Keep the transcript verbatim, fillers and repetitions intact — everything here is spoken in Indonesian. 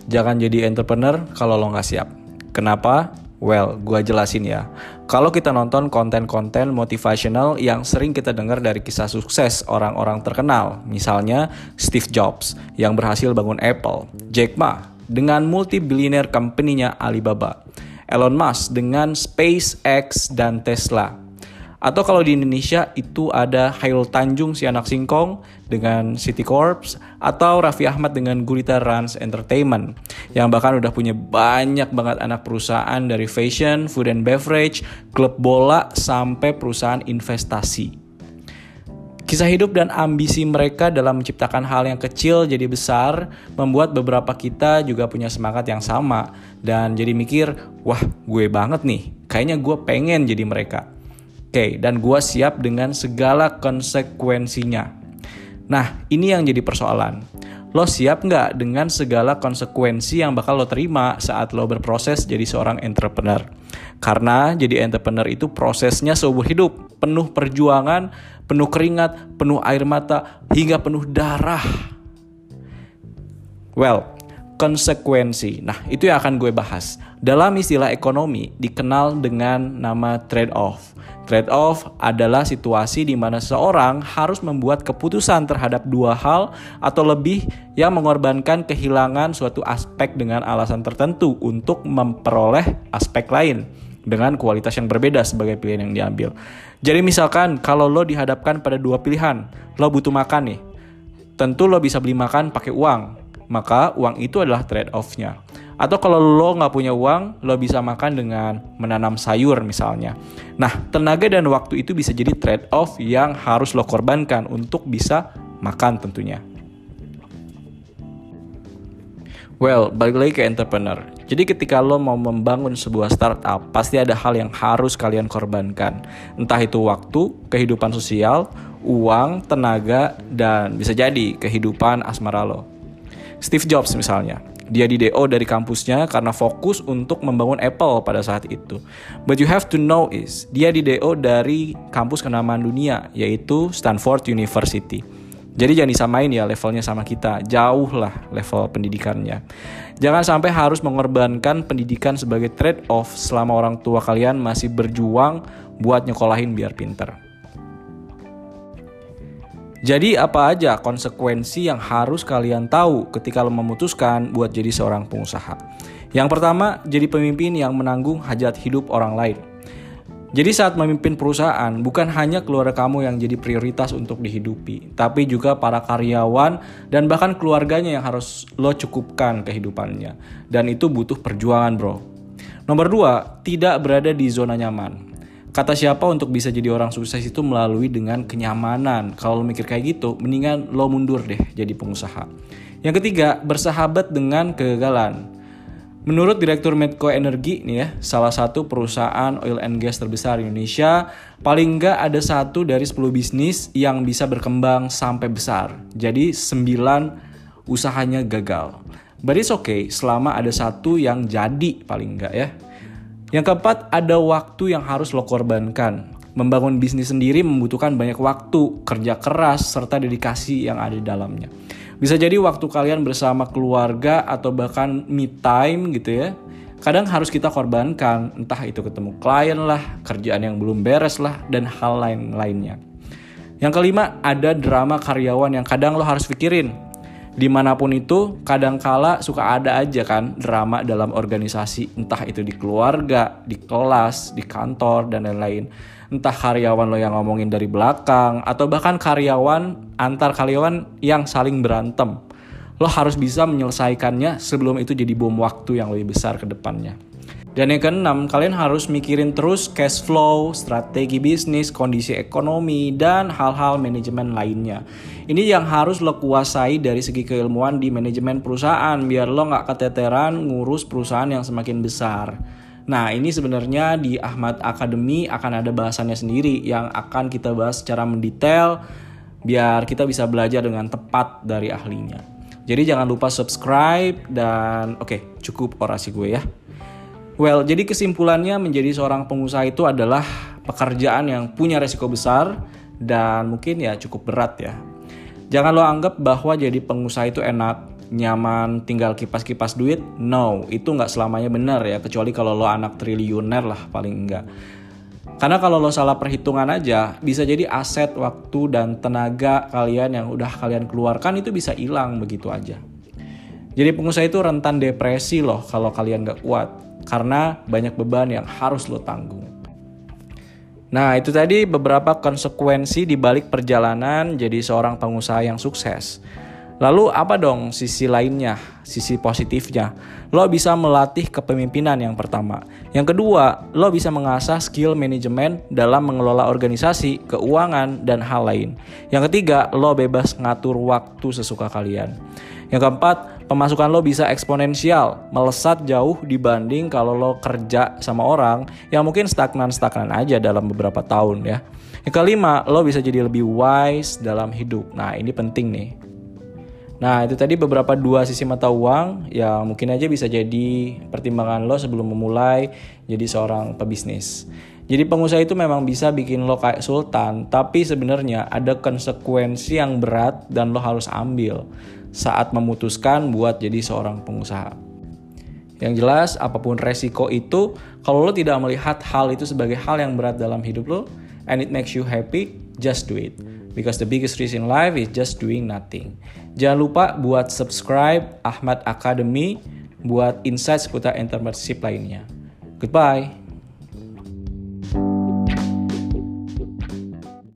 jangan jadi entrepreneur kalau lo nggak siap. Kenapa? Well, gua jelasin ya. Kalau kita nonton konten-konten motivational yang sering kita dengar dari kisah sukses orang-orang terkenal, misalnya Steve Jobs yang berhasil bangun Apple, Jack Ma dengan multi-billionaire company-nya Alibaba, Elon Musk dengan SpaceX dan Tesla. Atau kalau di Indonesia itu ada Khairul Tanjung si anak singkong dengan City Corp, atau Raffi Ahmad dengan Gurita Rans Entertainment yang bahkan udah punya banyak banget anak perusahaan dari fashion, food and beverage, klub bola sampai perusahaan investasi. Kisah hidup dan ambisi mereka dalam menciptakan hal yang kecil jadi besar membuat beberapa kita juga punya semangat yang sama dan jadi mikir, wah gue banget nih, kayaknya gue pengen jadi mereka. Oke, dan gue siap dengan segala konsekuensinya. Nah, ini yang jadi persoalan. Lo siap nggak dengan segala konsekuensi yang bakal lo terima saat lo berproses jadi seorang entrepreneur? Karena jadi entrepreneur itu prosesnya seumur hidup, penuh perjuangan, penuh keringat, penuh air mata, hingga penuh darah. Well, konsekuensi. Nah, itu yang akan gue bahas. Dalam istilah ekonomi dikenal dengan nama trade-off. Trade-off adalah situasi di mana seseorang harus membuat keputusan terhadap dua hal atau lebih yang mengorbankan kehilangan suatu aspek dengan alasan tertentu untuk memperoleh aspek lain dengan kualitas yang berbeda sebagai pilihan yang diambil. Jadi misalkan kalau lo dihadapkan pada dua pilihan, lo butuh makan nih. Tentu lo bisa beli makan pakai uang, maka uang itu adalah trade-off-nya. Atau kalau lo nggak punya uang, lo bisa makan dengan menanam sayur misalnya. Nah, tenaga dan waktu itu bisa jadi trade-off yang harus lo korbankan untuk bisa makan tentunya. Well, balik lagi ke entrepreneur. Jadi ketika lo mau membangun sebuah startup, pasti ada hal yang harus kalian korbankan. Entah itu waktu, kehidupan sosial, uang, tenaga, dan bisa jadi kehidupan asmara lo. Steve Jobs misalnya. Dia di D O dari kampusnya karena fokus untuk membangun Apple pada saat itu. But you have to know is, dia di D O dari kampus kenamaan dunia, yaitu Stanford University. Jadi jangan disamain ya levelnya sama kita, jauh lah level pendidikannya. Jangan sampai harus mengorbankan pendidikan sebagai trade-off selama orang tua kalian masih berjuang buat nyekolahin biar pinter. Jadi apa aja konsekuensi yang harus kalian tahu ketika lo memutuskan buat jadi seorang pengusaha? Yang pertama, jadi pemimpin yang menanggung hajat hidup orang lain. Jadi saat memimpin perusahaan, bukan hanya keluarga kamu yang jadi prioritas untuk dihidupi, tapi juga para karyawan dan bahkan keluarganya yang harus lo cukupkan kehidupannya. Dan itu butuh perjuangan, bro. Nomor dua, tidak berada di zona nyaman. Kata siapa untuk bisa jadi orang sukses itu melalui dengan kenyamanan. Kalau lo mikir kayak gitu, mendingan lo mundur deh jadi pengusaha. Yang ketiga, bersahabat dengan kegagalan. Menurut Direktur Medco Energi nih ya, salah satu perusahaan oil and gas terbesar di Indonesia, paling nggak ada satu dari sepuluh bisnis yang bisa berkembang sampai besar. Jadi sembilan usahanya gagal. But it's okay selama ada satu yang jadi paling nggak ya. Yang keempat, ada waktu yang harus lo korbankan. Membangun bisnis sendiri membutuhkan banyak waktu, kerja keras, serta dedikasi yang ada di dalamnya. Bisa jadi waktu kalian bersama keluarga atau bahkan me time gitu ya. Kadang harus kita korbankan, entah itu ketemu klien lah, kerjaan yang belum beres lah, dan hal lain-lainnya. Yang kelima, ada drama karyawan yang kadang lo harus pikirin. Dimanapun itu, kadangkala suka ada aja kan drama dalam organisasi, entah itu di keluarga, di kelas, di kantor, dan lain-lain. Entah karyawan lo yang ngomongin dari belakang, atau bahkan karyawan, antar karyawan yang saling berantem. Lo harus bisa menyelesaikannya sebelum itu jadi bom waktu yang lebih besar ke depannya. Dan yang keenam, kalian harus mikirin terus cash flow, strategi bisnis, kondisi ekonomi, dan hal-hal manajemen lainnya. Ini yang harus lo kuasai dari segi keilmuan di manajemen perusahaan, biar lo gak keteteran ngurus perusahaan yang semakin besar. Nah, ini sebenarnya di Ahmad Academy akan ada bahasannya sendiri yang akan kita bahas secara mendetail, biar kita bisa belajar dengan tepat dari ahlinya. Jadi jangan lupa subscribe dan oke, okay, cukup orasi gue ya. Well, jadi kesimpulannya menjadi seorang pengusaha itu adalah pekerjaan yang punya resiko besar dan mungkin ya cukup berat ya. Jangan lo anggap bahwa jadi pengusaha itu enak. nyaman tinggal kipas-kipas duit. No, itu nggak selamanya benar ya, kecuali kalau lo anak triliuner lah paling enggak. Karena kalau lo salah perhitungan aja, bisa jadi aset, waktu, dan tenaga kalian yang udah kalian keluarkan itu bisa hilang begitu aja. Jadi pengusaha itu rentan depresi loh kalau kalian gak kuat, karena banyak beban yang harus lo tanggung. Nah, itu tadi beberapa konsekuensi di balik perjalanan jadi seorang pengusaha yang sukses. Lalu apa dong sisi lainnya, sisi positifnya? Lo bisa melatih kepemimpinan yang pertama. Yang kedua, lo bisa mengasah skill manajemen dalam mengelola organisasi, keuangan, dan hal lain. Yang ketiga, lo bebas ngatur waktu sesuka kalian. Yang keempat, pemasukan lo bisa eksponensial, melesat jauh dibanding kalau lo kerja sama orang yang mungkin stagnan-stagnan aja dalam beberapa tahun ya. Yang kelima, lo bisa jadi lebih wise dalam hidup. Nah, ini penting nih. Nah, itu tadi beberapa dua sisi mata uang yang mungkin aja bisa jadi pertimbangan lo sebelum memulai jadi seorang pebisnis. Jadi pengusaha itu memang bisa bikin lo kayak sultan, tapi sebenarnya ada konsekuensi yang berat dan lo harus ambil saat memutuskan buat jadi seorang pengusaha. Yang jelas, apapun resiko itu, kalau lo tidak melihat hal itu sebagai hal yang berat dalam hidup lo, and it makes you happy, just do it. Because the biggest risk in life is just doing nothing. Jangan lupa buat subscribe Ahmad Academy buat insight seputar entrepreneurship lainnya. Goodbye.